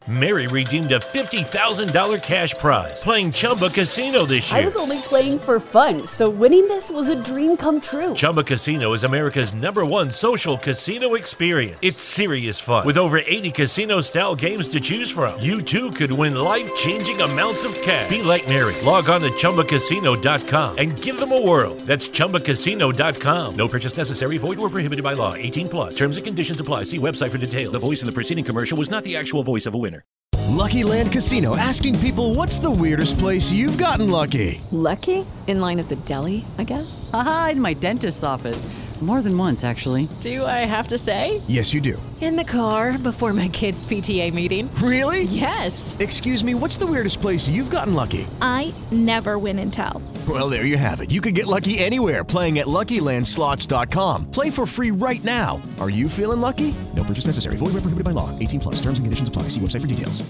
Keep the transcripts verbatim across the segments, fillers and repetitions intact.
Mary redeemed a fifty thousand dollars cash prize playing Chumba Casino this year. I was only playing for fun, so winning this was a dream come true. Chumba Casino is America's number one social casino experience. It's serious fun. With over eighty casino-style games to choose from, you too could win life-changing amounts of cash. Be like Mary. Log on to Chumba Casino dot com and give them a whirl. That's Chumba Casino dot com. No purchase necessary. Void or prohibited by law. eighteen plus. Terms and conditions apply. See website for details. The voice in the preceding commercial was not the actual voice of a winner. Lucky Land Casino, asking people, what's the weirdest place you've gotten lucky? Lucky? In line at the deli, I guess? Aha, in my dentist's office. More than once, actually. Do I have to say? Yes, you do. In the car before my kids' P T A meeting. Really? Yes. Excuse me, what's the weirdest place you've gotten lucky? I never win and tell. Well, there you have it. You can get lucky anywhere, playing at Lucky Land Slots dot com. Play for free right now. Are you feeling lucky? No purchase necessary. Void where prohibited by law. eighteen plus. Terms and conditions apply. See website for details.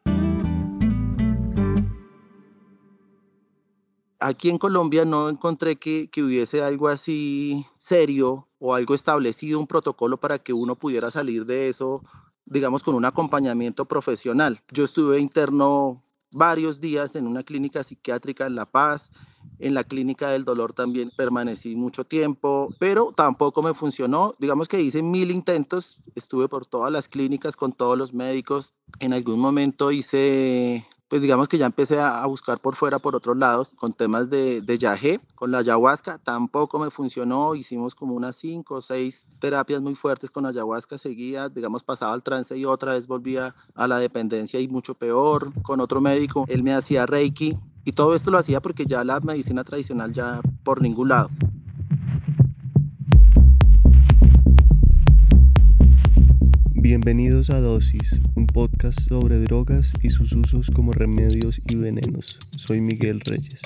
Aquí en Colombia no encontré que, que hubiese algo así serio o algo establecido, un protocolo para que uno pudiera salir de eso, digamos, con un acompañamiento profesional. Yo estuve interno varios días en una clínica psiquiátrica en La Paz, en la clínica del dolor también permanecí mucho tiempo, pero tampoco me funcionó. Digamos que hice mil intentos, estuve por todas las clínicas con todos los médicos. En algún momento hice... Pues digamos que ya empecé a buscar por fuera, por otros lados, con temas de, de yagé, con la ayahuasca, tampoco me funcionó, hicimos como unas cinco o seis terapias muy fuertes con ayahuasca seguidas, digamos pasaba al trance y otra vez volvía a la dependencia y mucho peor, con otro médico, él me hacía reiki y todo esto lo hacía porque ya la medicina tradicional ya por ningún lado. Bienvenidos a Dosis, un podcast sobre drogas y sus usos como remedios y venenos. Soy Miguel Reyes.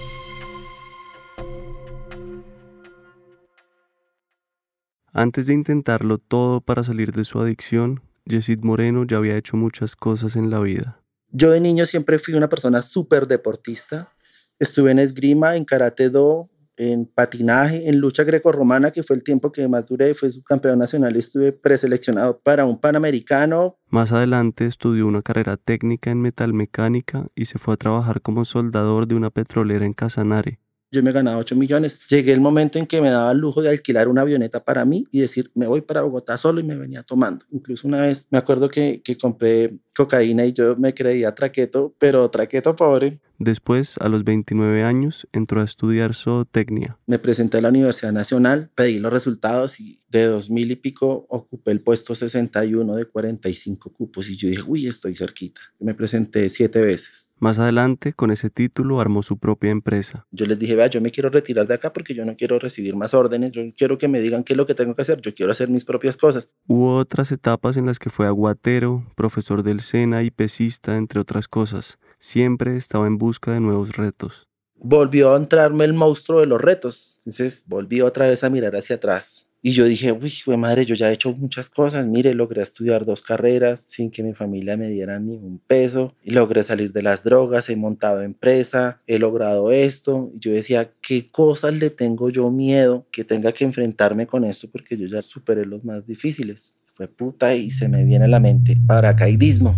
Antes de intentarlo todo para salir de su adicción, Yesid Moreno ya había hecho muchas cosas en la vida. Yo de niño siempre fui una persona súper deportista. Estuve en esgrima, en karate do, en patinaje, en lucha grecorromana, que fue el tiempo que más duré, fue subcampeón nacional y estuve preseleccionado para un panamericano. Más adelante estudió una carrera técnica en metalmecánica y se fue a trabajar como soldador de una petrolera en Casanare. Yo me ganaba ocho millones. Llegué el momento en que me daba el lujo de alquilar una avioneta para mí y decir, me voy para Bogotá solo y me venía tomando. Incluso una vez me acuerdo que, que compré cocaína y yo me creía traqueto, pero traqueto pobre. Después, a los veintinueve años, entró a estudiar zootecnia. Me presenté a la Universidad Nacional, pedí los resultados y de dos mil y pico ocupé el puesto sesenta y uno de cuarenta y cinco cupos y yo dije, uy, estoy cerquita. Me presenté siete veces. Más adelante, con ese título, armó su propia empresa. Yo les dije, vea, yo me quiero retirar de acá porque yo no quiero recibir más órdenes, yo quiero que me digan qué es lo que tengo que hacer, yo quiero hacer mis propias cosas. Hubo otras etapas en las que fue aguatero, profesor del SENA y pesista, entre otras cosas. Siempre estaba en busca de nuevos retos. Volvió a entrarme el monstruo de los retos, entonces volví otra vez a mirar hacia atrás. Y yo dije, uy, güey, madre, yo ya he hecho muchas cosas. Mire, logré estudiar dos carreras sin que mi familia me diera ni un peso. Y logré salir de las drogas, he montado empresa, he logrado esto. Y yo decía, ¿qué cosas le tengo yo miedo que tenga que enfrentarme con esto? Porque yo ya superé los más difíciles. Fue puta y se me viene a la mente paracaidismo.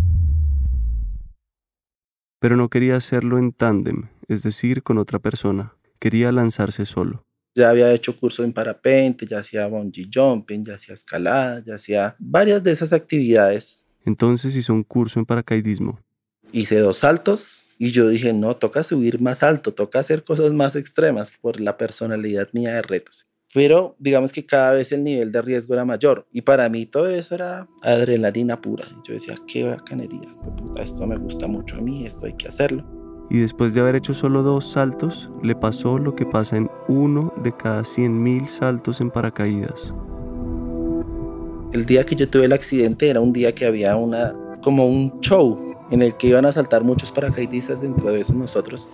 Pero no quería hacerlo en tándem, es decir, con otra persona. Quería lanzarse solo. Ya había hecho curso en parapente, ya hacía bungee jumping, ya hacía escalada, ya hacía varias de esas actividades. Entonces hizo un curso en paracaidismo. Hice dos saltos y yo dije, no, toca subir más alto, toca hacer cosas más extremas por la personalidad mía de retos. Pero digamos que cada vez el nivel de riesgo era mayor y para mí todo eso era adrenalina pura. Yo decía, qué bacanería, puta, esto me gusta mucho a mí, esto hay que hacerlo. Y después de haber hecho solo dos saltos, le pasó lo que pasa en uno de cada cien mil saltos en paracaídas. El día que yo tuve el accidente era un día que había una, como un show en el que iban a saltar muchos paracaidistas, dentro de esos nosotros.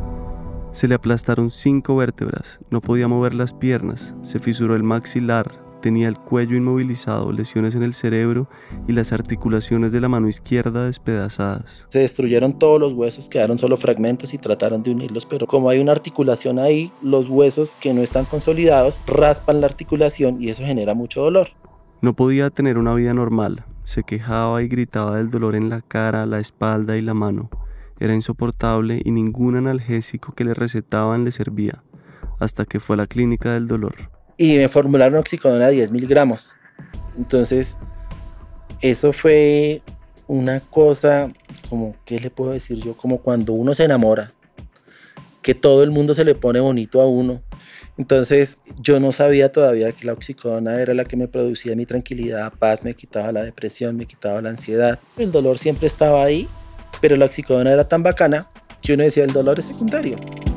Se le aplastaron cinco vértebras, no podía mover las piernas, se fisuró el maxilar, Tenía el cuello inmovilizado, lesiones en el cerebro y las articulaciones de la mano izquierda despedazadas. Se destruyeron todos los huesos, quedaron solo fragmentos y trataron de unirlos, pero como hay una articulación ahí, los huesos que no están consolidados raspan la articulación y eso genera mucho dolor. No podía tener una vida normal. Se quejaba y gritaba del dolor en la cara, la espalda y la mano. Era insoportable y ningún analgésico que le recetaban le servía, hasta que fue a la clínica del dolor. Y me formularon oxicodona de diez miligramos. Entonces, eso fue una cosa, como, ¿qué le puedo decir yo? Como cuando uno se enamora, que todo el mundo se le pone bonito a uno. Entonces, yo no sabía todavía que la oxicodona era la que me producía mi tranquilidad, paz, me quitaba la depresión, me quitaba la ansiedad. El dolor siempre estaba ahí, pero la oxicodona era tan bacana que uno decía, el dolor es secundario.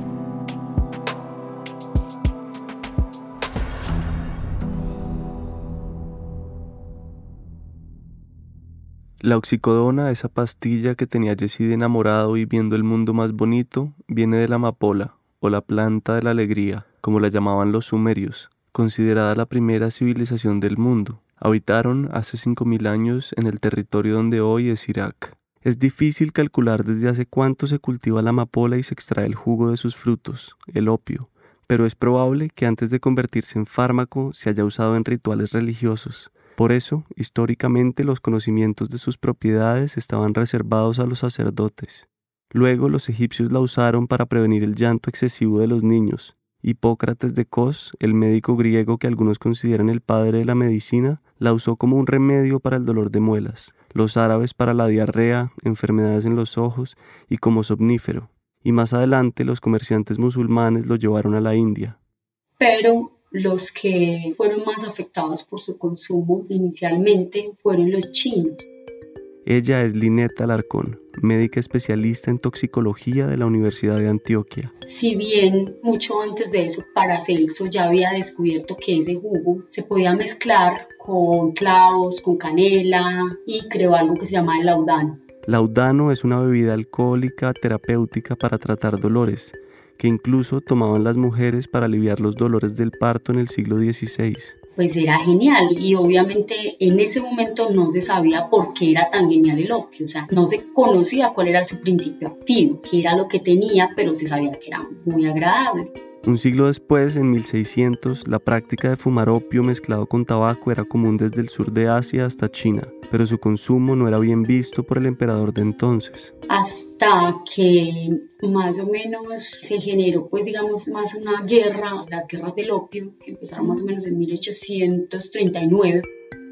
La oxicodona, esa pastilla que tenía Jesse de enamorado y viendo el mundo más bonito, viene de la amapola, o la planta de la alegría, como la llamaban los sumerios, considerada la primera civilización del mundo. Habitaron hace cinco mil años en el territorio donde hoy es Irak. Es difícil calcular desde hace cuánto se cultiva la amapola y se extrae el jugo de sus frutos, el opio, pero es probable que antes de convertirse en fármaco se haya usado en rituales religiosos. Por eso, históricamente, los conocimientos de sus propiedades estaban reservados a los sacerdotes. Luego, los egipcios la usaron para prevenir el llanto excesivo de los niños. Hipócrates de Cos, el médico griego que algunos consideran el padre de la medicina, la usó como un remedio para el dolor de muelas. Los árabes para la diarrea, enfermedades en los ojos y como somnífero. Y más adelante, los comerciantes musulmanes lo llevaron a la India. Pero los que fueron más afectados por su consumo inicialmente fueron los chinos. Ella es Lynette Alarcón, médica especialista en toxicología de la Universidad de Antioquia. Si bien mucho antes de eso Paracelso ya había descubierto que ese jugo se podía mezclar con clavos, con canela y creó algo que se llama el laudano. Laudano es una bebida alcohólica terapéutica para tratar dolores, que incluso tomaban las mujeres para aliviar los dolores del parto en el siglo dieciséis. Pues era genial y obviamente en ese momento no se sabía por qué era tan genial el opio, o sea, no se conocía cuál era su principio activo, qué era lo que tenía, pero se sabía que era muy agradable. Un siglo después, en mil seiscientos, la práctica de fumar opio mezclado con tabaco era común desde el sur de Asia hasta China, pero su consumo no era bien visto por el emperador de entonces. Hasta que más o menos se generó, pues digamos, más una guerra, las guerras del opio, que empezaron más o menos en mil ochocientos treinta y nueve.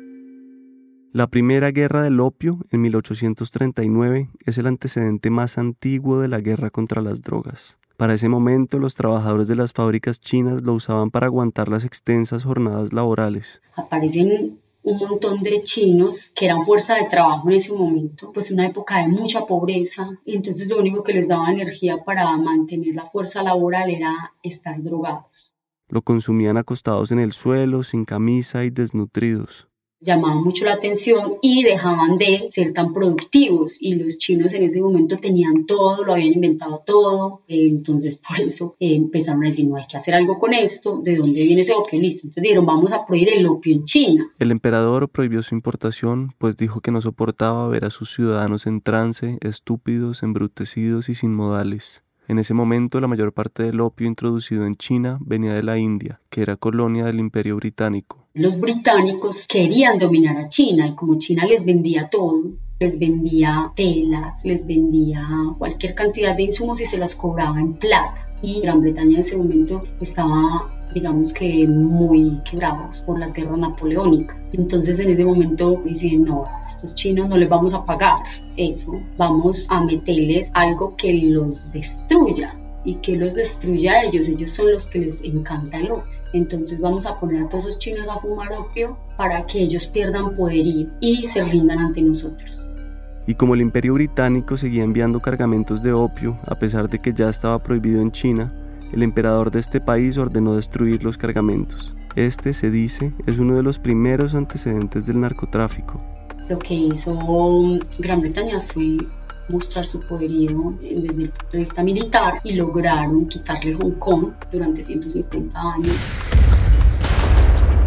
La primera guerra del opio, en mil ochocientos treinta y nueve, es el antecedente más antiguo de la guerra contra las drogas. Para ese momento, los trabajadores de las fábricas chinas lo usaban para aguantar las extensas jornadas laborales. Aparecen un montón de chinos que eran fuerza de trabajo en ese momento, pues una época de mucha pobreza, y entonces lo único que les daba energía para mantener la fuerza laboral era estar drogados. Lo consumían acostados en el suelo, sin camisa y desnutridos. Llamaban mucho la atención y dejaban de ser tan productivos, y los chinos en ese momento tenían todo, lo habían inventado todo, eh, entonces por eso eh, empezaron a decir, no, hay que hacer algo con esto, ¿de dónde viene ese opio? Listo, entonces dijeron, vamos a prohibir el opio en China. El emperador prohibió su importación, pues dijo que no soportaba ver a sus ciudadanos en trance, estúpidos, embrutecidos y sin modales. En ese momento, la mayor parte del opio introducido en China venía de la India, que era colonia del Imperio Británico. Los británicos querían dominar a China y como China les vendía todo, les vendía telas, les vendía cualquier cantidad de insumos y se las cobraba en plata. Y Gran Bretaña en ese momento estaba, digamos que muy quebrados por las guerras napoleónicas. Entonces en ese momento deciden, no, a estos chinos no les vamos a pagar eso, vamos a meterles algo que los destruya y que los destruya a ellos, ellos son los que les encanta el opio. Entonces vamos a poner a todos esos chinos a fumar opio para que ellos pierdan poderío y se rindan ante nosotros. Y como el Imperio Británico seguía enviando cargamentos de opio, a pesar de que ya estaba prohibido en China, el emperador de este país ordenó destruir los cargamentos. Este, se dice, es uno de los primeros antecedentes del narcotráfico. Lo que hizo Gran Bretaña fue mostrar su poderío desde el punto de vista militar y lograron quitarle Hong Kong durante ciento cincuenta años.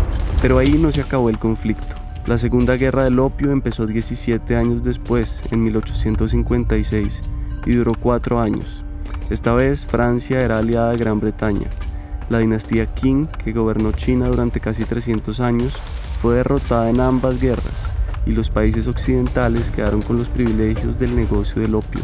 Pero ahí no se acabó el conflicto. La Segunda Guerra del Opio empezó diecisiete años después, en mil ochocientos cincuenta y seis, y duró cuatro años. Esta vez Francia era aliada de Gran Bretaña. La dinastía Qing, que gobernó China durante casi trescientos años, fue derrotada en ambas guerras, y los países occidentales quedaron con los privilegios del negocio del opio.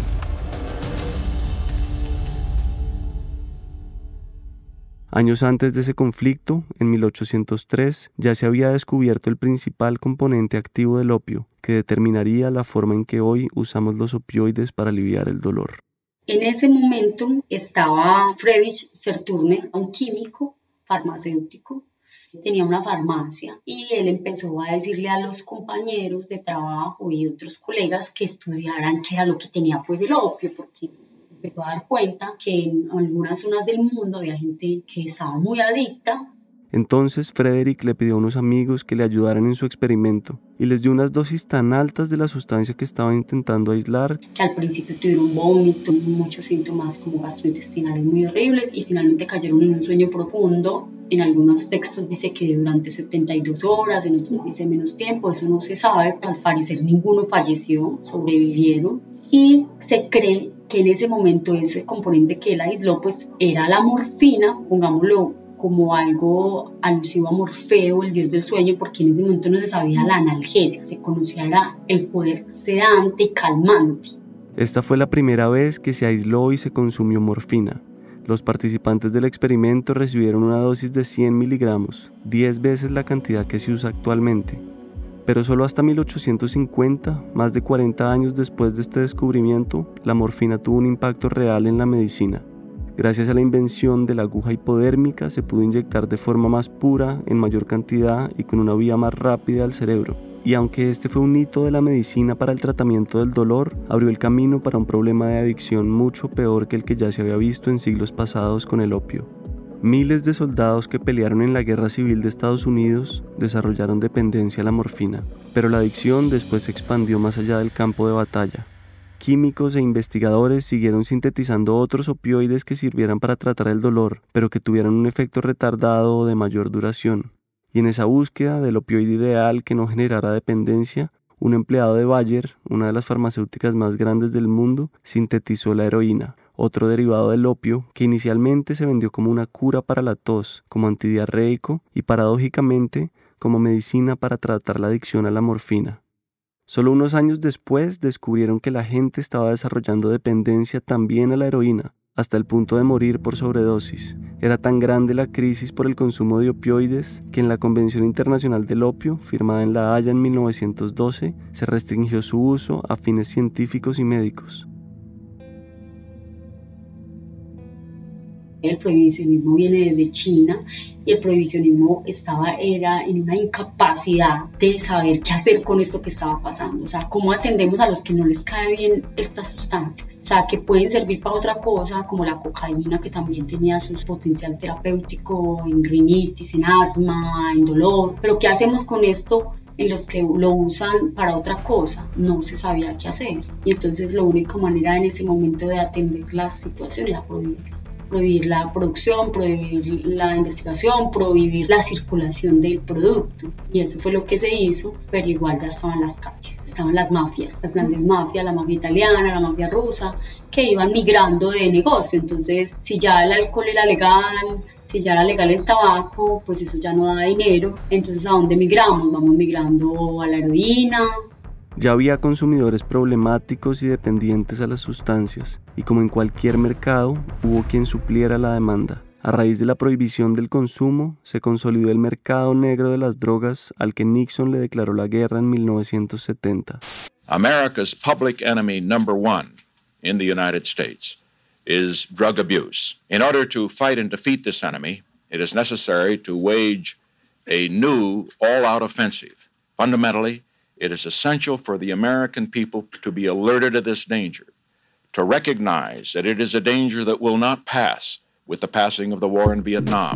Años antes de ese conflicto, en mil ochocientos tres, ya se había descubierto el principal componente activo del opio, que determinaría la forma en que hoy usamos los opioides para aliviar el dolor. En ese momento estaba Friedrich Serturne, un químico farmacéutico, tenía una farmacia y él empezó a decirle a los compañeros de trabajo y otros colegas que estudiaran qué era lo que tenía pues el opio, porque empezó a dar cuenta que en algunas zonas del mundo había gente que estaba muy adicta. Entonces Frederick le pidió a unos amigos que le ayudaran en su experimento y les dio unas dosis tan altas de la sustancia que estaba intentando aislar que al principio tuvieron vómito, muchos síntomas como gastrointestinales muy horribles y finalmente cayeron en un sueño profundo. En algunos textos dice que durante setenta y dos horas, en otros dice menos tiempo, eso no se sabe. Al parecer ninguno falleció, sobrevivieron y se cree que en ese momento ese componente que él aisló pues era la morfina, pongámoslo como algo alusivo a Morfeo, el dios del sueño, porque en ese momento no se sabía la analgesia, se conocía era el poder sedante y calmante. Esta fue la primera vez que se aisló y se consumió morfina. Los participantes del experimento recibieron una dosis de cien miligramos, diez veces la cantidad que se usa actualmente. Pero solo hasta mil ochocientos cincuenta, más de cuarenta años después de este descubrimiento, la morfina tuvo un impacto real en la medicina. Gracias a la invención de la aguja hipodérmica se pudo inyectar de forma más pura, en mayor cantidad y con una vía más rápida al cerebro. Y aunque este fue un hito de la medicina para el tratamiento del dolor, abrió el camino para un problema de adicción mucho peor que el que ya se había visto en siglos pasados con el opio. Miles de soldados que pelearon en la Guerra Civil de Estados Unidos desarrollaron dependencia a la morfina, pero la adicción después se expandió más allá del campo de batalla. Químicos e investigadores siguieron sintetizando otros opioides que sirvieran para tratar el dolor, pero que tuvieran un efecto retardado o de mayor duración. Y en esa búsqueda del opioide ideal que no generara dependencia, un empleado de Bayer, una de las farmacéuticas más grandes del mundo, sintetizó la heroína, otro derivado del opio que inicialmente se vendió como una cura para la tos, como antidiarreico y paradójicamente como medicina para tratar la adicción a la morfina. Solo unos años después descubrieron que la gente estaba desarrollando dependencia también a la heroína, hasta el punto de morir por sobredosis. Era tan grande la crisis por el consumo de opioides que en la Convención Internacional del Opio, firmada en La Haya en mil novecientos doce, se restringió su uso a fines científicos y médicos. El prohibicionismo viene desde China y el prohibicionismo estaba era en una incapacidad de saber qué hacer con esto que estaba pasando. O sea, cómo atendemos a los que no les cae bien estas sustancias. O sea, que pueden servir para otra cosa, como la cocaína, que también tenía su potencial terapéutico en rinitis, en asma, en dolor. Pero ¿qué hacemos con esto? En los que lo usan para otra cosa, no se sabía qué hacer. Y entonces la única manera en ese momento de atender la situación era prohibirlo. Prohibir la producción, prohibir la investigación, prohibir la circulación del producto. Y eso fue lo que se hizo, pero igual ya estaban las calles, estaban las mafias, las grandes mafias, la mafia italiana, la mafia rusa, que iban migrando de negocio. Entonces, si ya el alcohol era legal, si ya era legal el tabaco, pues eso ya no da dinero. Entonces, ¿a dónde migramos? Vamos migrando a la heroína. Ya había consumidores problemáticos y dependientes a las sustancias, y como en cualquier mercado, hubo quien supliera la demanda. A raíz de la prohibición del consumo, se consolidó el mercado negro de las drogas al que Nixon le declaró la guerra en mil novecientos setenta. America's public enemy number one in the United States is drug abuse. In order to fight and defeat this enemy, it is necessary to wage a new all-out offensive. Fundamentally, it is essential for the American people to be alerted to this danger, to recognize that it is a danger that will not pass with the passing of the war in Vietnam.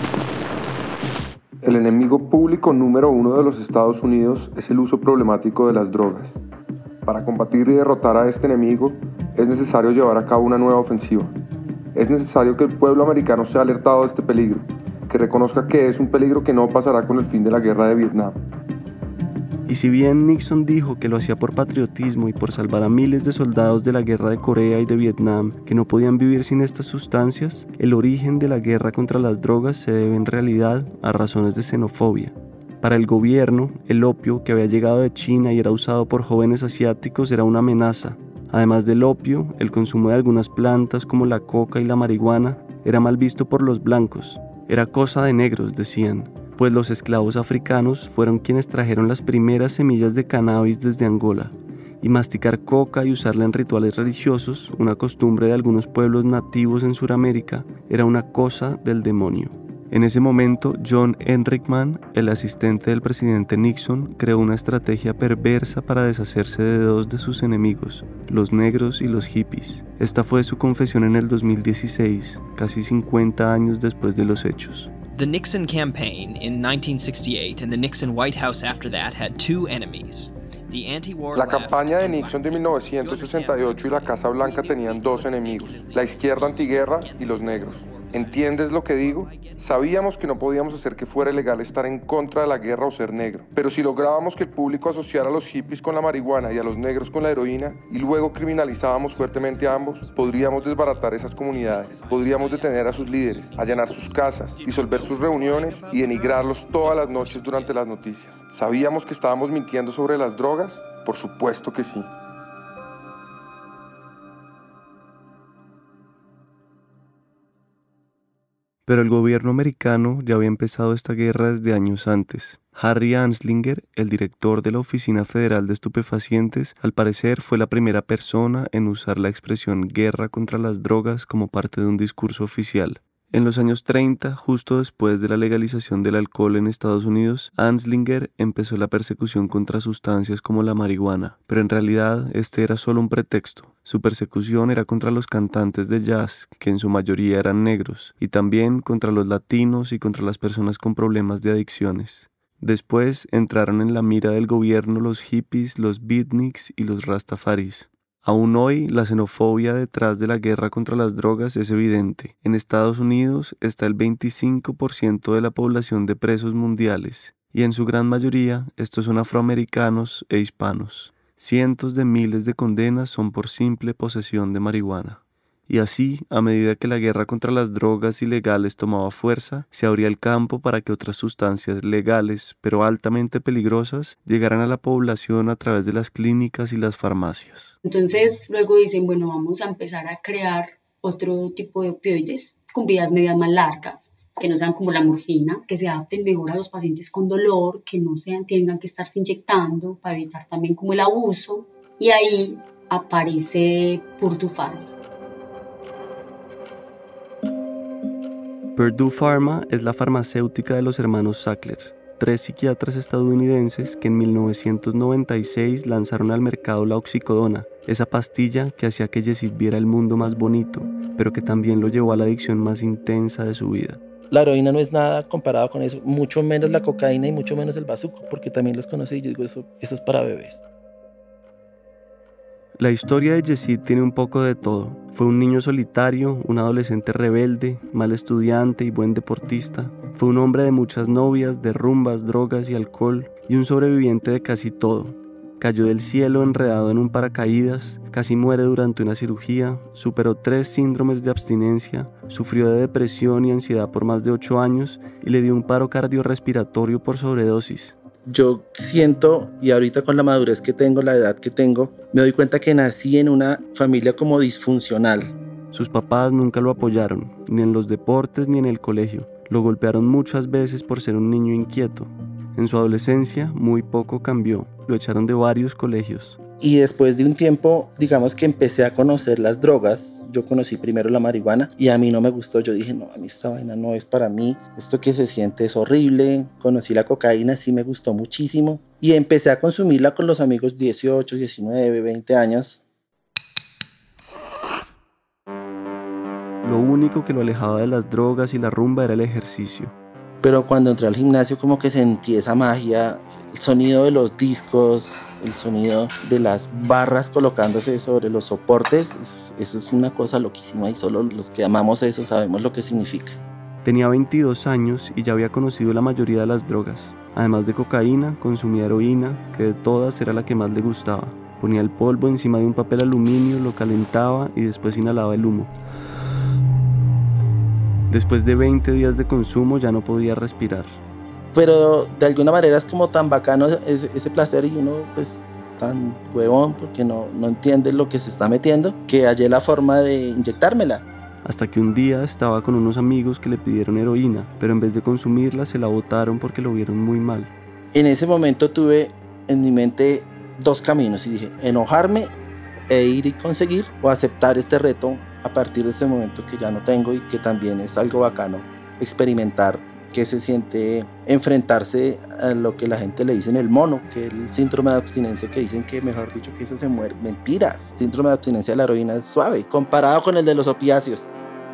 El enemigo público número uno de los Estados Unidos es el uso problemático de las drogas. Para combatir y derrotar a este enemigo, es necesario llevar a cabo una nueva ofensiva. Es necesario que el pueblo americano sea alertado de este peligro. que reconozca que es un peligro que no pasará con el fin de la guerra de Vietnam. Y si bien Nixon dijo que lo hacía por patriotismo y por salvar a miles de soldados de la guerra de Corea y de Vietnam que no podían vivir sin estas sustancias, el origen de la guerra contra las drogas se debe en realidad a razones de xenofobia. Para el gobierno, el opio que había llegado de China y era usado por jóvenes asiáticos era una amenaza. Además del opio, el consumo de algunas plantas como la coca y la marihuana era mal visto por los blancos. Era cosa de negros, decían, pues los esclavos africanos fueron quienes trajeron las primeras semillas de cannabis desde Angola, y masticar coca y usarla en rituales religiosos, una costumbre de algunos pueblos nativos en Sudamérica, era una cosa del demonio. En ese momento, John Ehrlichman, el asistente del presidente Nixon, creó una estrategia perversa para deshacerse de dos de sus enemigos, los negros y los hippies. Esta fue su confesión en el dos mil dieciséis, casi cincuenta años después de los hechos. The Nixon campaign in nineteen sixty-eight and the Nixon White House after that had two enemies. La campaña de Nixon de mil novecientos sesenta y ocho y la Casa Blanca tenían dos enemigos, la izquierda antiguerra y los negros. ¿Entiendes lo que digo? Sabíamos que no podíamos hacer que fuera ilegal estar en contra de la guerra o ser negro, pero si lográbamos que el público asociara a los hippies con la marihuana y a los negros con la heroína y luego criminalizábamos fuertemente a ambos, podríamos desbaratar esas comunidades, podríamos detener a sus líderes, allanar sus casas, disolver sus reuniones y denigrarlos todas las noches durante las noticias. ¿Sabíamos que estábamos mintiendo sobre las drogas? Por supuesto que sí. Pero el gobierno americano ya había empezado esta guerra desde años antes. Harry Anslinger, el director de la Oficina Federal de Estupefacientes, al parecer fue la primera persona en usar la expresión guerra contra las drogas como parte de un discurso oficial. En los años treinta, justo después de la legalización del alcohol en Estados Unidos, Anslinger empezó la persecución contra sustancias como la marihuana, pero en realidad este era solo un pretexto. Su persecución era contra los cantantes de jazz, que en su mayoría eran negros, y también contra los latinos y contra las personas con problemas de adicciones. Después entraron en la mira del gobierno los hippies, los beatniks y los rastafaris. Aún hoy, la xenofobia detrás de la guerra contra las drogas es evidente. En Estados Unidos está el veinticinco por ciento de la población de presos mundiales, y en su gran mayoría estos son afroamericanos e hispanos. Cientos de miles de condenas son por simple posesión de marihuana. Y así, a medida que la guerra contra las drogas ilegales tomaba fuerza, se abría el campo para que otras sustancias legales, pero altamente peligrosas, llegaran a la población a través de las clínicas y las farmacias. Entonces, luego dicen, bueno, vamos a empezar a crear otro tipo de opioides con vidas medias más largas, que no sean como la morfina, que se adapten mejor a los pacientes con dolor, que no sean, tengan que estarse inyectando para evitar también como el abuso. Y ahí aparece Purdue Pharma. Purdue Pharma es la farmacéutica de los hermanos Sackler, tres psiquiatras estadounidenses que en mil novecientos noventa y seis lanzaron al mercado la oxicodona, esa pastilla que hacía que Yesid viera el mundo más bonito, pero que también lo llevó a la adicción más intensa de su vida. La heroína no es nada comparado con eso, mucho menos la cocaína y mucho menos el bazuco, porque también los conocí y yo digo, eso, eso es para bebés. La historia de Yesid tiene un poco de todo. Fue un niño solitario, un adolescente rebelde, mal estudiante y buen deportista. Fue un hombre de muchas novias, de rumbas, drogas y alcohol, y un sobreviviente de casi todo. Cayó del cielo enredado en un paracaídas, casi muere durante una cirugía, superó tres síndromes de abstinencia, sufrió de depresión y ansiedad por más de ocho años y le dio un paro cardiorrespiratorio por sobredosis. Yo siento, y ahorita con la madurez que tengo, la edad que tengo, me doy cuenta que nací en una familia como disfuncional. Sus papás nunca lo apoyaron, ni en los deportes ni en el colegio. Lo golpearon muchas veces por ser un niño inquieto. En su adolescencia, muy poco cambió. Lo echaron de varios colegios. Y después de un tiempo, digamos que empecé a conocer las drogas. Yo conocí primero la marihuana y a mí no me gustó. Yo dije, no, a mí esta vaina no es para mí. Esto que se siente es horrible. Conocí la cocaína, sí me gustó muchísimo. Y empecé a consumirla con los amigos dieciocho, diecinueve, veinte años. Lo único que lo alejaba de las drogas y la rumba era el ejercicio. Pero cuando entré al gimnasio como que sentí esa magia, el sonido de los discos, el sonido de las barras colocándose sobre los soportes, eso es una cosa loquísima y solo los que amamos eso sabemos lo que significa. Tenía veintidós años y ya había conocido la mayoría de las drogas. Además de cocaína, consumía heroína, que de todas era la que más le gustaba. Ponía el polvo encima de un papel aluminio, lo calentaba y después inhalaba el humo. Después de veinte días de consumo ya no podía respirar. Pero de alguna manera es como tan bacano ese, ese placer y uno pues tan huevón porque no, no entiende lo que se está metiendo, que hallé la forma de inyectármela. Hasta que un día estaba con unos amigos que le pidieron heroína, pero en vez de consumirla se la botaron porque lo vieron muy mal. En ese momento tuve en mi mente dos caminos y dije, enojarme e ir y conseguir, o aceptar este reto a partir de ese momento que ya no tengo y que también es algo bacano experimentar qué se siente enfrentarse a lo que la gente le dice en el mono, que es el síndrome de abstinencia, que dicen que mejor dicho que eso se muere. Mentiras, el síndrome de abstinencia de la heroína es suave comparado con el de los opiáceos.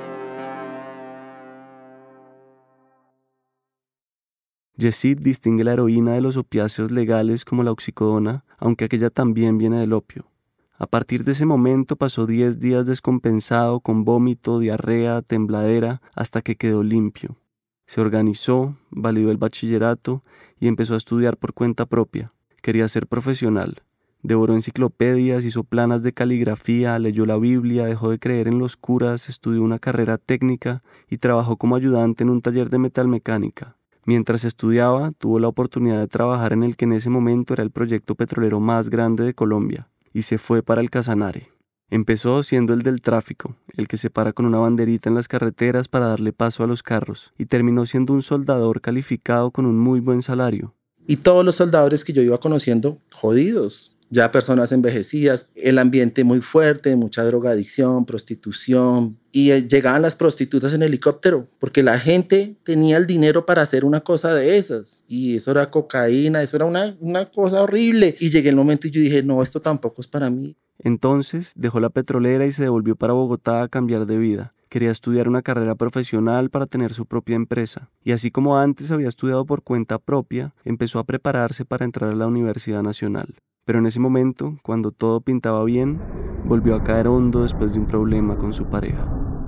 Yesid distingue la heroína de los opiáceos legales como la oxicodona, aunque aquella también viene del opio. A partir de ese momento pasó diez días descompensado con vómito, diarrea, tembladera, hasta que quedó limpio. Se organizó, validó el bachillerato y empezó a estudiar por cuenta propia. Quería ser profesional. Devoró enciclopedias, hizo planas de caligrafía, leyó la Biblia, dejó de creer en los curas, estudió una carrera técnica y trabajó como ayudante en un taller de metalmecánica. Mientras estudiaba, tuvo la oportunidad de trabajar en el que en ese momento era el proyecto petrolero más grande de Colombia, y se fue para el Casanare. Empezó siendo el del tráfico, el que se para con una banderita en las carreteras para darle paso a los carros, y terminó siendo un soldador calificado con un muy buen salario. Y todos los soldadores que yo iba conociendo, jodidos. Ya personas envejecidas, el ambiente muy fuerte, mucha drogadicción, prostitución, y llegaban las prostitutas en helicóptero, porque la gente tenía el dinero para hacer una cosa de esas, y eso era cocaína, eso era una, una cosa horrible, y llegué el momento y yo dije, no, esto tampoco es para mí. Entonces dejó la petrolera y se devolvió para Bogotá a cambiar de vida. Quería estudiar una carrera profesional para tener su propia empresa, y así como antes había estudiado por cuenta propia, empezó a prepararse para entrar a la Universidad Nacional. Pero en ese momento, cuando todo pintaba bien, volvió a caer hondo después de un problema con su pareja.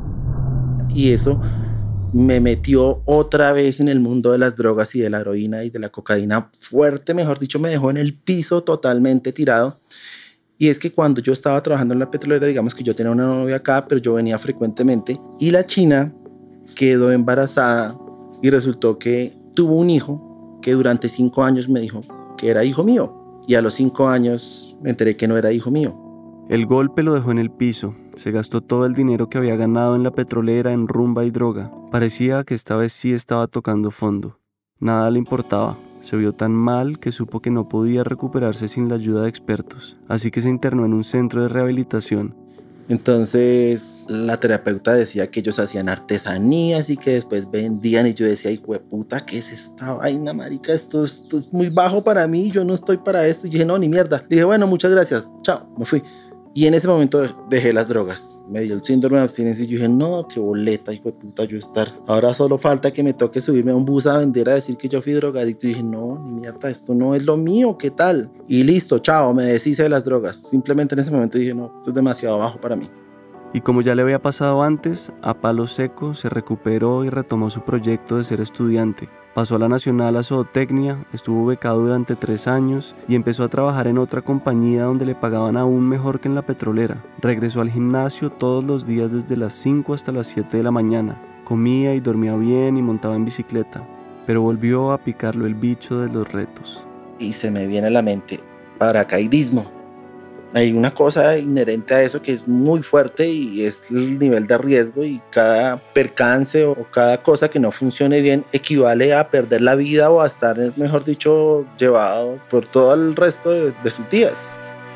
Y eso me metió otra vez en el mundo de las drogas y de la heroína y de la cocaína fuerte, mejor dicho, me dejó en el piso totalmente tirado. Y es que cuando yo estaba trabajando en la petrolera, digamos que yo tenía una novia acá, pero yo venía frecuentemente, y la china quedó embarazada y resultó que tuvo un hijo que durante cinco años me dijo que era hijo mío. Y a los cinco años me enteré que no era hijo mío. El golpe lo dejó en el piso. Se gastó todo el dinero que había ganado en la petrolera en rumba y droga. Parecía que esta vez sí estaba tocando fondo. Nada le importaba. Se vio tan mal que supo que no podía recuperarse sin la ayuda de expertos. Así que se internó en un centro de rehabilitación. Entonces la terapeuta decía que ellos hacían artesanías y que después vendían, y yo decía, hijo de puta, ¿qué es esta vaina, marica? Esto, esto es muy bajo para mí, yo no estoy para esto. Y dije, no, ni mierda. Le dije, bueno, muchas gracias, chao, me fui. Y en ese momento dejé las drogas. Me dio el síndrome de abstinencia y yo dije, no, qué boleta, hijo de puta, yo estar. Ahora solo falta que me toque subirme a un bus a vender, a decir que yo fui drogadicto. Y dije, no, ni mierda, esto no es lo mío, ¿qué tal? Y listo, chao, me deshice de las drogas. Simplemente en ese momento dije, no, esto es demasiado bajo para mí. Y como ya le había pasado antes, a palo seco se recuperó y retomó su proyecto de ser estudiante. Pasó a la Nacional a Zootecnia, estuvo becado durante tres años y empezó a trabajar en otra compañía donde le pagaban aún mejor que en la petrolera. Regresó al gimnasio todos los días desde las cinco hasta las siete de la mañana. Comía y dormía bien y montaba en bicicleta, pero volvió a picarlo el bicho de los retos. Y se me viene a la mente paracaidismo. Hay una cosa inherente a eso que es muy fuerte y es el nivel de riesgo, y cada percance o cada cosa que no funcione bien equivale a perder la vida o a estar, mejor dicho, llevado por todo el resto de, de sus días.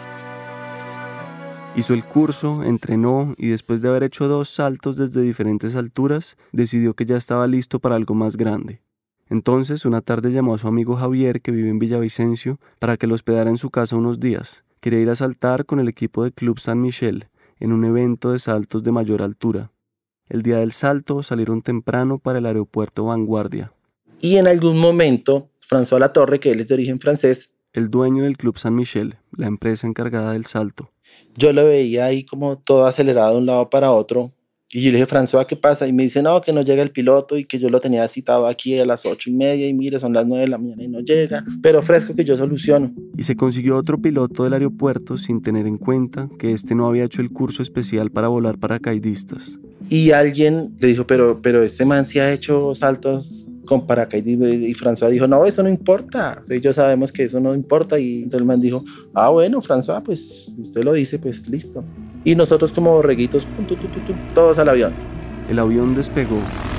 Hizo el curso, entrenó y después de haber hecho dos saltos desde diferentes alturas, decidió que ya estaba listo para algo más grande. Entonces, una tarde llamó a su amigo Javier, que vive en Villavicencio, para que lo hospedara en su casa unos días. Quería ir a saltar con el equipo de Club San Michel en un evento de saltos de mayor altura. El día del salto salieron temprano para el aeropuerto Vanguardia. Y en algún momento, François Latorre, que él es de origen francés, el dueño del Club San Michel, la empresa encargada del salto, yo lo veía ahí como todo acelerado de un lado para otro, Y yo le dije, François, ¿qué pasa? Y me dice, no, que no llega el piloto y que yo lo tenía citado aquí a las ocho y media y mire, son las nueve de la mañana y no llega, pero fresco que yo soluciono. Y se consiguió otro piloto del aeropuerto sin tener en cuenta que este no había hecho el curso especial para volar paracaidistas. Y alguien le dijo, pero, pero este man sí ha hecho saltos con paracaidismo. Y François dijo, no, eso no importa. Ellos sabemos que eso no importa. Y entonces el man dijo, ah, bueno, François, pues usted lo dice, pues listo. Y nosotros como borreguitos, tu, tu, tu, tu, todos al avión. El avión despegó.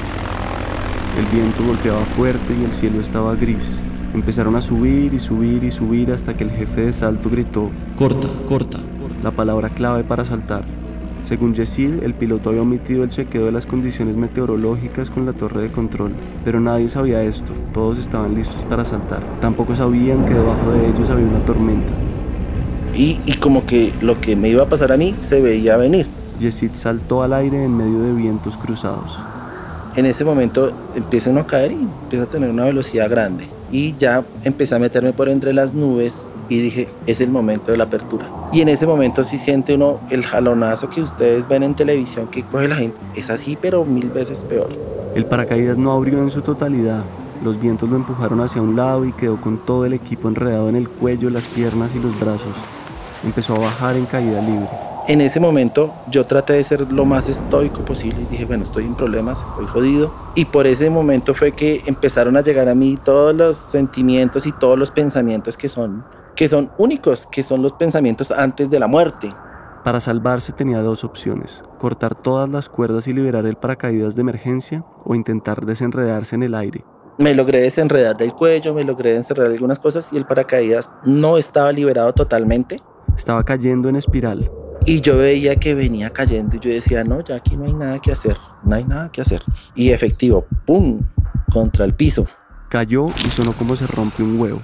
El viento golpeaba fuerte y el cielo estaba gris. Empezaron a subir y subir y subir hasta que el jefe de salto gritó, corta, corta, la palabra clave para saltar. Según Yesid, el piloto había omitido el chequeo de las condiciones meteorológicas con la torre de control, pero nadie sabía esto, todos estaban listos para saltar. Tampoco sabían que debajo de ellos había una tormenta. Y, y como que lo que me iba a pasar a mí se veía venir. Yesid saltó al aire en medio de vientos cruzados. En ese momento empieza uno a caer y empieza a tener una velocidad grande. Y ya empecé a meterme por entre las nubes y dije, es el momento de la apertura. Y en ese momento sí siente uno el jalonazo que ustedes ven en televisión que coge la gente. Es así, pero mil veces peor. El paracaídas no abrió en su totalidad. Los vientos lo empujaron hacia un lado y quedó con todo el equipo enredado en el cuello, las piernas y los brazos. Empezó a bajar en caída libre. En ese momento yo traté de ser lo más estoico posible y dije, bueno, estoy en problemas, estoy jodido. Y por ese momento fue que empezaron a llegar a mí todos los sentimientos y todos los pensamientos que son, que son únicos, que son los pensamientos antes de la muerte. Para salvarse tenía dos opciones, cortar todas las cuerdas y liberar el paracaídas de emergencia o intentar desenredarse en el aire. Me logré desenredar del cuello, me logré desenredar algunas cosas y el paracaídas no estaba liberado totalmente. Estaba cayendo en espiral. Y yo veía que venía cayendo y yo decía, no, ya aquí no hay nada que hacer, no hay nada que hacer. Y efectivo, ¡pum!, contra el piso. Cayó y sonó como se rompe un huevo.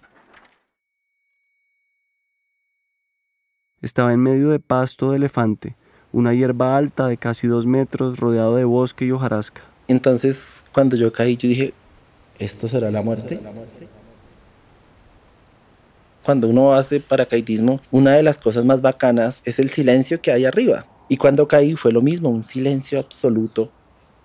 Estaba en medio de pasto de elefante, una hierba alta de casi dos metros rodeado de bosque y hojarasca. Entonces, cuando yo caí, yo dije, ¿esto será la muerte? Cuando uno hace paracaidismo, una de las cosas más bacanas es el silencio que hay arriba. Y cuando caí fue lo mismo, un silencio absoluto.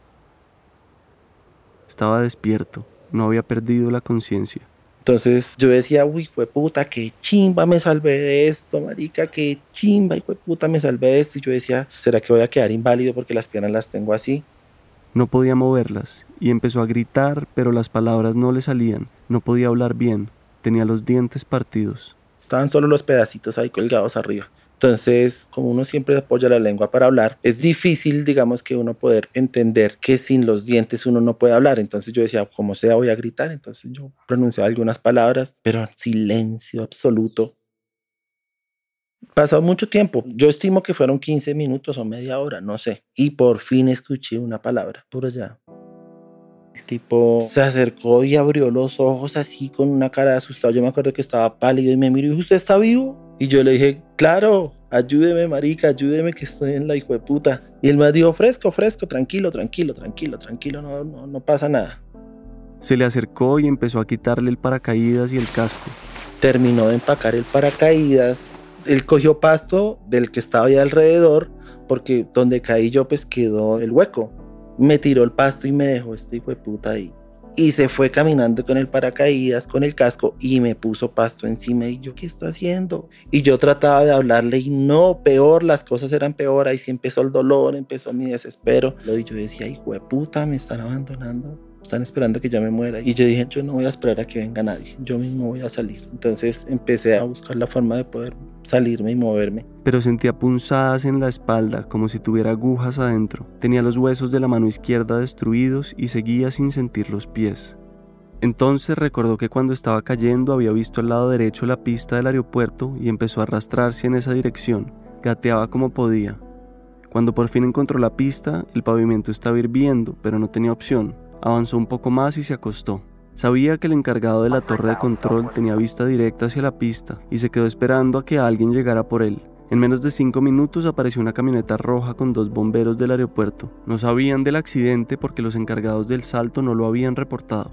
Estaba despierto, no había perdido la conciencia. Entonces yo decía, uy, hueputa, qué chimba me salvé de esto, marica, qué chimba, y hueputa me salvé de esto. Y yo decía, ¿será que voy a quedar inválido porque las piernas las tengo así? No podía moverlas y empezó a gritar, pero las palabras no le salían. No podía hablar bien. Tenía los dientes partidos. Estaban solo los pedacitos ahí colgados arriba. Entonces, como uno siempre apoya la lengua para hablar, es difícil, digamos, que uno poder entender que sin los dientes uno no puede hablar. Entonces yo decía, como sea, voy a gritar. Entonces yo pronunciaba algunas palabras, pero silencio absoluto. Pasó mucho tiempo. Yo estimo que fueron quince minutos o media hora, no sé. Y por fin escuché una palabra por allá. El tipo se acercó y abrió los ojos así con una cara de asustado. Yo me acuerdo que estaba pálido y me miró y dijo, ¿usted está vivo? Y yo le dije, claro, ayúdeme, marica, ayúdeme que estoy en la hijo de puta. Y él me dijo, fresco, fresco, tranquilo, tranquilo, tranquilo, tranquilo, no, no, no pasa nada. Se le acercó y empezó a quitarle el paracaídas y el casco. Terminó de empacar el paracaídas. Él cogió pasto del que estaba ahí alrededor, porque donde caí yo pues quedó el hueco. Me tiró el pasto y me dejó este hijo de puta ahí. Y se fue caminando con el paracaídas, con el casco, y me puso pasto encima. Y yo, ¿qué está haciendo? Y yo trataba de hablarle y no, peor, las cosas eran peor. Ahí sí empezó el dolor, empezó mi desespero. Y yo decía, hijo de puta, me están abandonando. Están esperando que yo me muera. Y yo dije, yo no voy a esperar a que venga nadie. Yo mismo voy a salir. Entonces empecé a buscar la forma de poder salirme y moverme. Pero sentía punzadas en la espalda, como si tuviera agujas adentro. Tenía los huesos de la mano izquierda destruidos y seguía sin sentir los pies. Entonces recordó que cuando estaba cayendo había visto al lado derecho la pista del aeropuerto y empezó a arrastrarse en esa dirección. Gateaba como podía. Cuando por fin encontró la pista, el pavimento estaba hirviendo, pero no tenía opción. Avanzó un poco más y se acostó. Sabía que el encargado de la torre de control tenía vista directa hacia la pista y se quedó esperando a que alguien llegara por él. En menos de cinco minutos apareció una camioneta roja con dos bomberos del aeropuerto. No sabían del accidente porque los encargados del salto no lo habían reportado.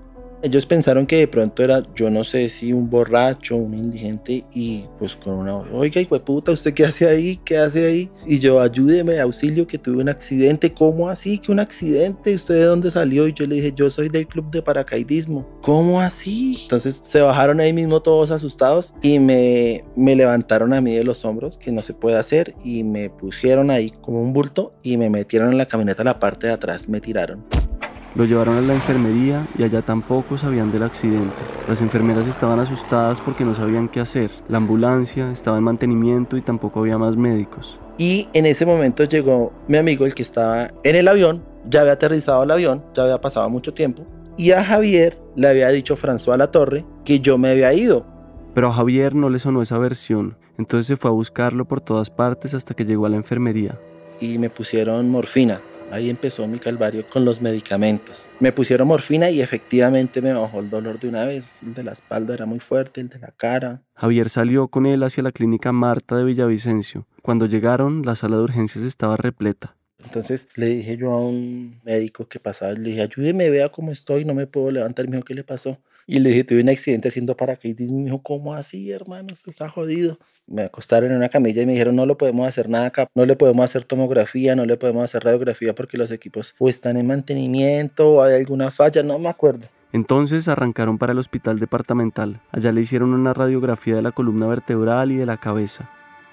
Ellos pensaron que de pronto era, yo no sé si un borracho, un indigente, y pues con una, oiga, hijueputa, ¿usted qué hace ahí? ¿Qué hace ahí? Y yo, ayúdeme, auxilio, que tuve un accidente. ¿Cómo así que un accidente? ¿Usted de dónde salió? Y yo le dije, yo soy del club de paracaidismo. ¿Cómo así? Entonces se bajaron ahí mismo todos asustados y me, me levantaron a mí de los hombros, que no se puede hacer, y me pusieron ahí como un bulto y me metieron en la camioneta a la parte de atrás, me tiraron. Lo llevaron a la enfermería y allá tampoco sabían del accidente. Las enfermeras estaban asustadas porque no sabían qué hacer. La ambulancia estaba en mantenimiento y tampoco había más médicos. Y en ese momento llegó mi amigo, el que estaba en el avión, ya había aterrizado el avión, ya había pasado mucho tiempo, y a Javier le había dicho François Latorre que yo me había ido. Pero a Javier no le sonó esa versión, entonces se fue a buscarlo por todas partes hasta que llegó a la enfermería. Y me pusieron morfina. Ahí empezó mi calvario con los medicamentos. Me pusieron morfina y efectivamente me bajó el dolor de una vez. El de la espalda era muy fuerte, el de la cara. Javier salió con él hacia la clínica Marta de Villavicencio. Cuando llegaron, la sala de urgencias estaba repleta. Entonces le dije yo a un médico que pasaba, le dije, ayúdeme, vea cómo estoy, no me puedo levantar. Me dijo, ¿qué le pasó? Y le dije, tuve un accidente haciendo paracaidismo. Me dijo, ¿cómo así, hermano? Usted está jodido. Me acostaron en una camilla y me dijeron, no lo podemos hacer nada acá, no le podemos hacer tomografía, no le podemos hacer radiografía porque los equipos o están en mantenimiento o hay alguna falla, no me acuerdo. Entonces arrancaron para el hospital departamental. Allá le hicieron una radiografía de la columna vertebral y de la cabeza.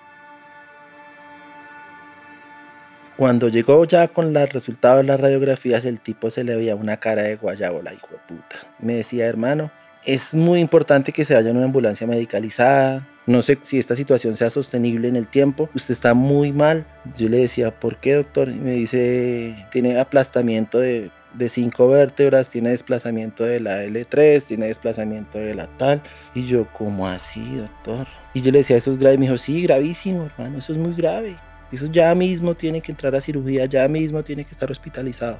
Cuando llegó ya con los resultados de las radiografías, el tipo se le veía una cara de guayabola, hijo de puta. Me decía, hermano, es muy importante que se vaya en una ambulancia medicalizada. No sé si esta situación sea sostenible en el tiempo. Usted está muy mal. Yo le decía, ¿por qué, doctor? Y me dice, tiene aplastamiento de, de cinco vértebras, tiene desplazamiento de la L tres, tiene desplazamiento de la tal. Y yo, ¿cómo así, doctor? Y yo le decía, ¿eso es grave? Y me dijo, sí, gravísimo, hermano, eso es muy grave. Eso ya mismo tiene que entrar a cirugía, ya mismo tiene que estar hospitalizado.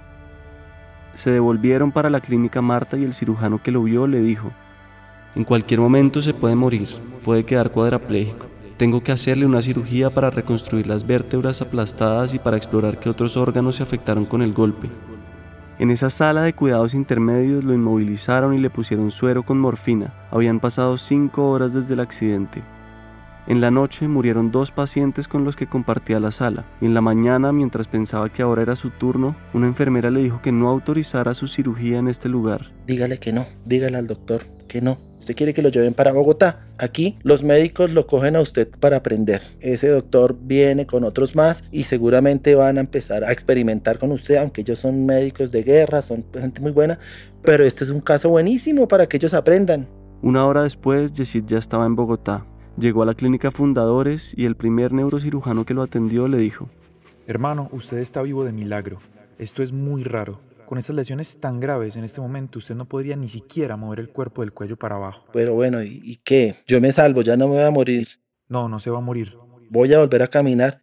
Se devolvieron para la clínica Marta y el cirujano que lo vio le dijo, en cualquier momento se puede morir, puede quedar cuadrapléjico. Tengo que hacerle una cirugía para reconstruir las vértebras aplastadas y para explorar qué otros órganos se afectaron con el golpe. En esa sala de cuidados intermedios lo inmovilizaron y le pusieron suero con morfina. Habían pasado cinco horas desde el accidente. En la noche murieron dos pacientes con los que compartía la sala, y en la mañana, mientras pensaba que ahora era su turno, una enfermera le dijo que no autorizara su cirugía en este lugar. Dígale que no, dígale al doctor que no. ¿Usted quiere que lo lleven para Bogotá? Aquí los médicos lo cogen a usted para aprender. Ese doctor viene con otros más y seguramente van a empezar a experimentar con usted, aunque ellos son médicos de guerra, son gente muy buena, pero este es un caso buenísimo para que ellos aprendan. Una hora después, Yesid ya estaba en Bogotá. Llegó a la clínica Fundadores y el primer neurocirujano que lo atendió le dijo: hermano, usted está vivo de milagro. Esto es muy raro. Con estas lesiones tan graves en este momento usted no podría ni siquiera mover el cuerpo del cuello para abajo. Pero bueno, ¿y, y qué? Yo me salvo, ya no me voy a morir. No, no se va a morir. Voy a volver a caminar.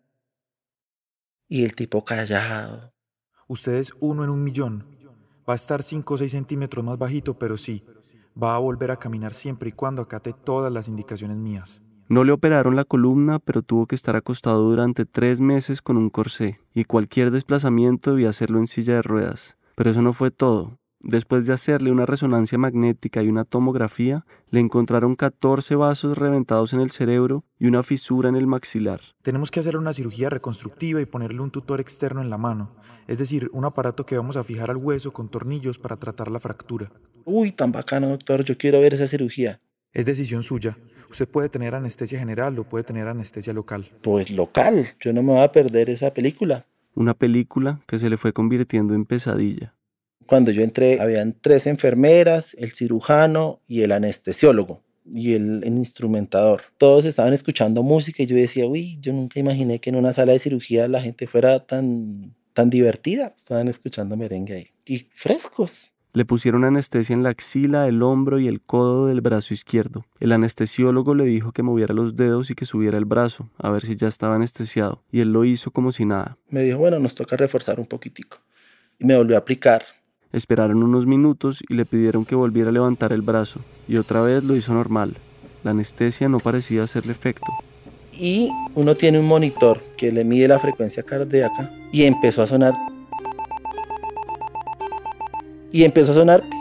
Y el tipo callado. Usted es uno en un millón. Va a estar cinco o seis centímetros más bajito, pero sí, va a volver a caminar siempre y cuando acate todas las indicaciones mías. No le operaron la columna, pero tuvo que estar acostado durante tres meses con un corsé, y cualquier desplazamiento debía hacerlo en silla de ruedas. Pero eso no fue todo. Después de hacerle una resonancia magnética y una tomografía, le encontraron catorce vasos reventados en el cerebro y una fisura en el maxilar. Tenemos que hacerle una cirugía reconstructiva y ponerle un tutor externo en la mano, es decir, un aparato que vamos a fijar al hueso con tornillos para tratar la fractura. Uy, tan bacano, doctor, yo quiero ver esa cirugía. Es decisión suya. Usted puede tener anestesia general o puede tener anestesia local. Pues local, yo no me voy a perder esa película. Una película que se le fue convirtiendo en pesadilla. Cuando yo entré, habían tres enfermeras, el cirujano y el anestesiólogo y el, el instrumentador. Todos estaban escuchando música y yo decía, uy, yo nunca imaginé que en una sala de cirugía la gente fuera tan, tan divertida. Estaban escuchando merengue ahí. Y frescos. Le pusieron anestesia en la axila, el hombro y el codo del brazo izquierdo. El anestesiólogo le dijo que moviera los dedos y que subiera el brazo, a ver si ya estaba anestesiado, y él lo hizo como si nada. Me dijo, bueno, nos toca reforzar un poquitico. Y me volvió a aplicar. Esperaron unos minutos y le pidieron que volviera a levantar el brazo, y otra vez lo hizo normal. La anestesia no parecía hacerle efecto. Y uno tiene un monitor que le mide la frecuencia cardíaca y empezó a sonar... Y empezó a sonar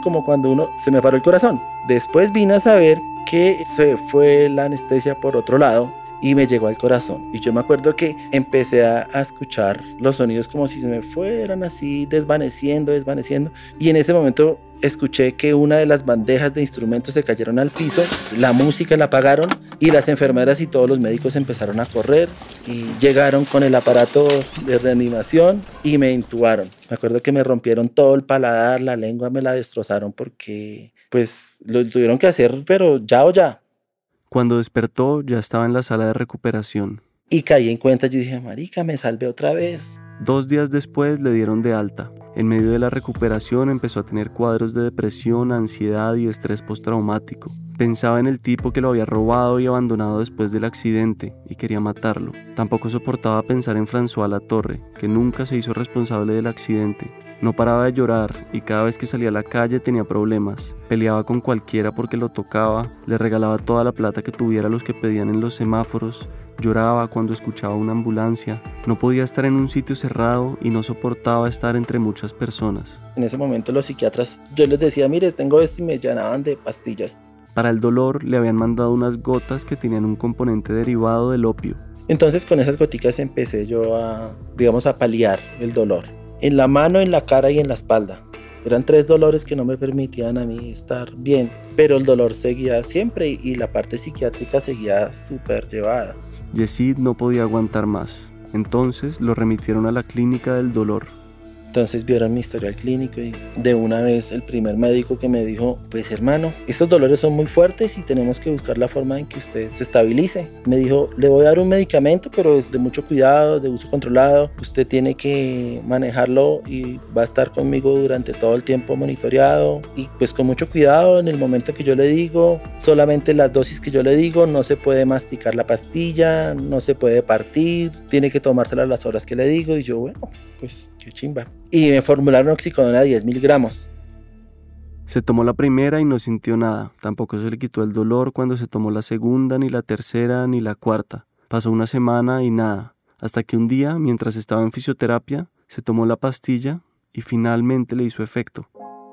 como cuando uno se me paró el corazón. Después vine a saber que se fue la anestesia por otro lado y me llegó al corazón. Y yo me acuerdo que empecé a, a escuchar los sonidos como si se me fueran así desvaneciendo, desvaneciendo. Y en ese momento escuché que una de las bandejas de instrumentos se cayeron al piso, la música la apagaron y las enfermeras y todos los médicos empezaron a correr y llegaron con el aparato de reanimación y me intubaron. Me acuerdo que me rompieron todo el paladar, la lengua me la destrozaron porque pues lo tuvieron que hacer, pero ya o ya. Cuando despertó ya estaba en la sala de recuperación. Y caí en cuenta, yo dije, marica, me salvé otra vez. Dos días después le dieron de alta. En medio de la recuperación empezó a tener cuadros de depresión, ansiedad y estrés postraumático. Pensaba en el tipo que lo había robado y abandonado después del accidente y quería matarlo. Tampoco soportaba pensar en François Latorre, que nunca se hizo responsable del accidente. No paraba de llorar y cada vez que salía a la calle tenía problemas. Peleaba con cualquiera porque lo tocaba, le regalaba toda la plata que tuviera a los que pedían en los semáforos, lloraba cuando escuchaba una ambulancia, no podía estar en un sitio cerrado y no soportaba estar entre muchas personas. En ese momento los psiquiatras, yo les decía, mire, tengo esto y me llenaban de pastillas. Para el dolor le habían mandado unas gotas que tenían un componente derivado del opio. Entonces con esas goticas empecé yo a, digamos, a paliar el dolor. En la mano, en la cara y en la espalda. Eran tres dolores que no me permitían a mí estar bien, pero el dolor seguía siempre y la parte psiquiátrica seguía súper llevada. Yesid no podía aguantar más, entonces lo remitieron a la clínica del dolor. Entonces vieron mi historial clínico y de una vez el primer médico que me dijo, pues hermano, estos dolores son muy fuertes y tenemos que buscar la forma en que usted se estabilice. Me dijo, le voy a dar un medicamento, pero es de mucho cuidado, de uso controlado. Usted tiene que manejarlo y va a estar conmigo durante todo el tiempo monitoreado. Y pues con mucho cuidado, en el momento que yo le digo, solamente las dosis que yo le digo, no se puede masticar la pastilla, no se puede partir, tiene que tomársela a las horas que le digo. Y yo, bueno, pues qué chimba. Y me formularon oxicodona de diez miligramos. Se tomó la primera y no sintió nada. Tampoco se le quitó el dolor cuando se tomó la segunda, ni la tercera, ni la cuarta. Pasó una semana y nada. Hasta que un día, mientras estaba en fisioterapia, se tomó la pastilla y finalmente le hizo efecto.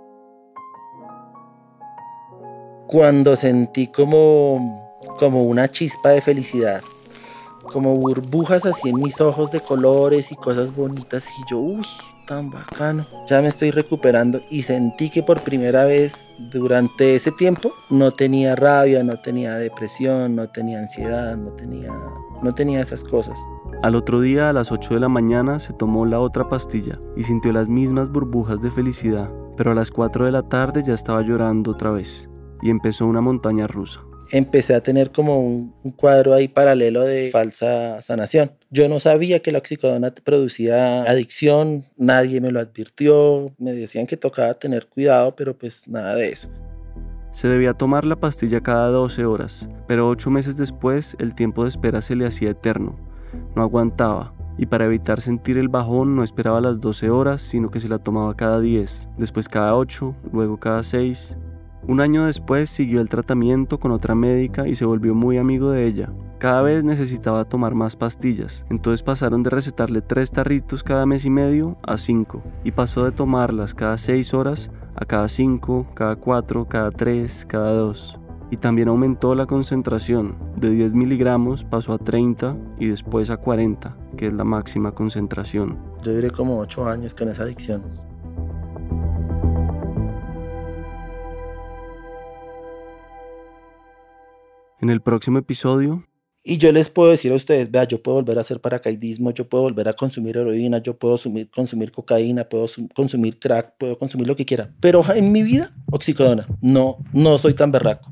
Cuando sentí como, como una chispa de felicidad, como burbujas así en mis ojos de colores y cosas bonitas, y yo, uy, tan bacano, ya me estoy recuperando, y sentí que por primera vez durante ese tiempo no tenía rabia, no tenía depresión, no tenía ansiedad, no tenía, no tenía esas cosas. Al otro día, a las ocho de la mañana, se tomó la otra pastilla y sintió las mismas burbujas de felicidad, pero a las cuatro de la tarde ya estaba llorando otra vez y empezó una montaña rusa. Empecé a tener como un, un cuadro ahí paralelo de falsa sanación. Yo no sabía que la oxicodona producía adicción, nadie me lo advirtió, me decían que tocaba tener cuidado, pero pues nada de eso. Se debía tomar la pastilla cada doce horas, pero ocho meses después el tiempo de espera se le hacía eterno. No aguantaba, y para evitar sentir el bajón no esperaba las doce horas, sino que se la tomaba cada diez, después cada ocho, luego cada seis... Un año después siguió el tratamiento con otra médica y se volvió muy amigo de ella. Cada vez necesitaba tomar más pastillas, entonces pasaron de recetarle tres tarritos cada mes y medio a cinco, y pasó de tomarlas cada seis horas a cada cinco, cada cuatro, cada tres, cada dos. Y también aumentó la concentración, de diez miligramos pasó a treinta y después a cuarenta, que es la máxima concentración. Yo duré como ocho años con esa adicción. En el próximo episodio... Y yo les puedo decir a ustedes, vea, yo puedo volver a hacer paracaidismo, yo puedo volver a consumir heroína, yo puedo consumir, consumir cocaína, puedo consumir crack, puedo consumir lo que quiera. Pero en mi vida, oxicodona. No, no soy tan berraco.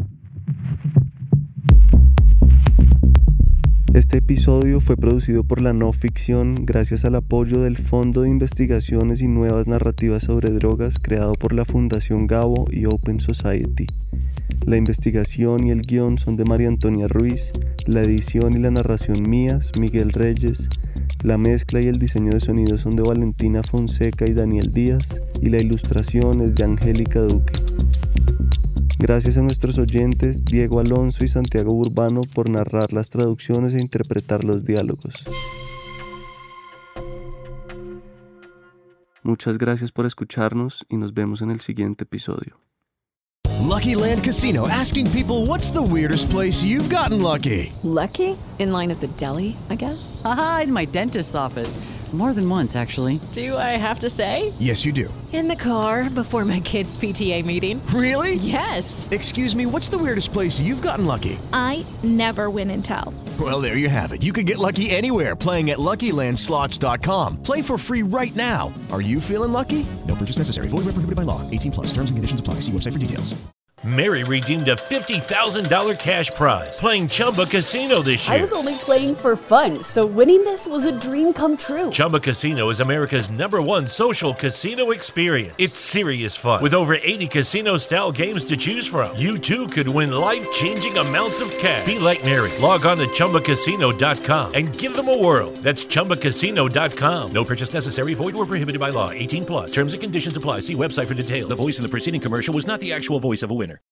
Este episodio fue producido por La No Ficción gracias al apoyo del Fondo de Investigaciones y Nuevas Narrativas sobre Drogas creado por la Fundación Gabo y Open Society. La investigación y el guión son de María Antonia Ruiz, la edición y la narración mías, Miguel Reyes, la mezcla y el diseño de sonido son de Valentina Fonseca y Daniel Díaz, y la ilustración es de Angélica Duque. Gracias a nuestros oyentes Diego Alonso y Santiago Urbano por narrar las traducciones e interpretar los diálogos. Muchas gracias por escucharnos y nos vemos en el siguiente episodio. Lucky Land Casino, asking people, what's the weirdest place you've gotten lucky? Lucky? In line at the deli, I guess? Aha, in my dentist's office. More than once, actually. Do I have to say? Yes, you do. In the car before my kids' P T A meeting. Really? Yes. Excuse me, what's the weirdest place you've gotten lucky? I never win and tell. Well, there you have it. You can get lucky anywhere, playing at Lucky Land Slots dot com. Play for free right now. Are you feeling lucky? No purchase necessary. Void where prohibited by law. eighteen plus. Terms and conditions apply. See website for details. Mary redeemed a fifty thousand dollars cash prize playing Chumba Casino this year. I was only playing for fun, so winning this was a dream come true. Chumba Casino is America's number one social casino experience. It's serious fun. With over eighty casino-style games to choose from, you too could win life-changing amounts of cash. Be like Mary. Log on to Chumba Casino dot com and give them a whirl. That's Chumba Casino dot com. No purchase necessary. Void where prohibited by law. eighteen plus. Terms and conditions apply. See website for details. The voice in the preceding commercial was not the actual voice of a winner.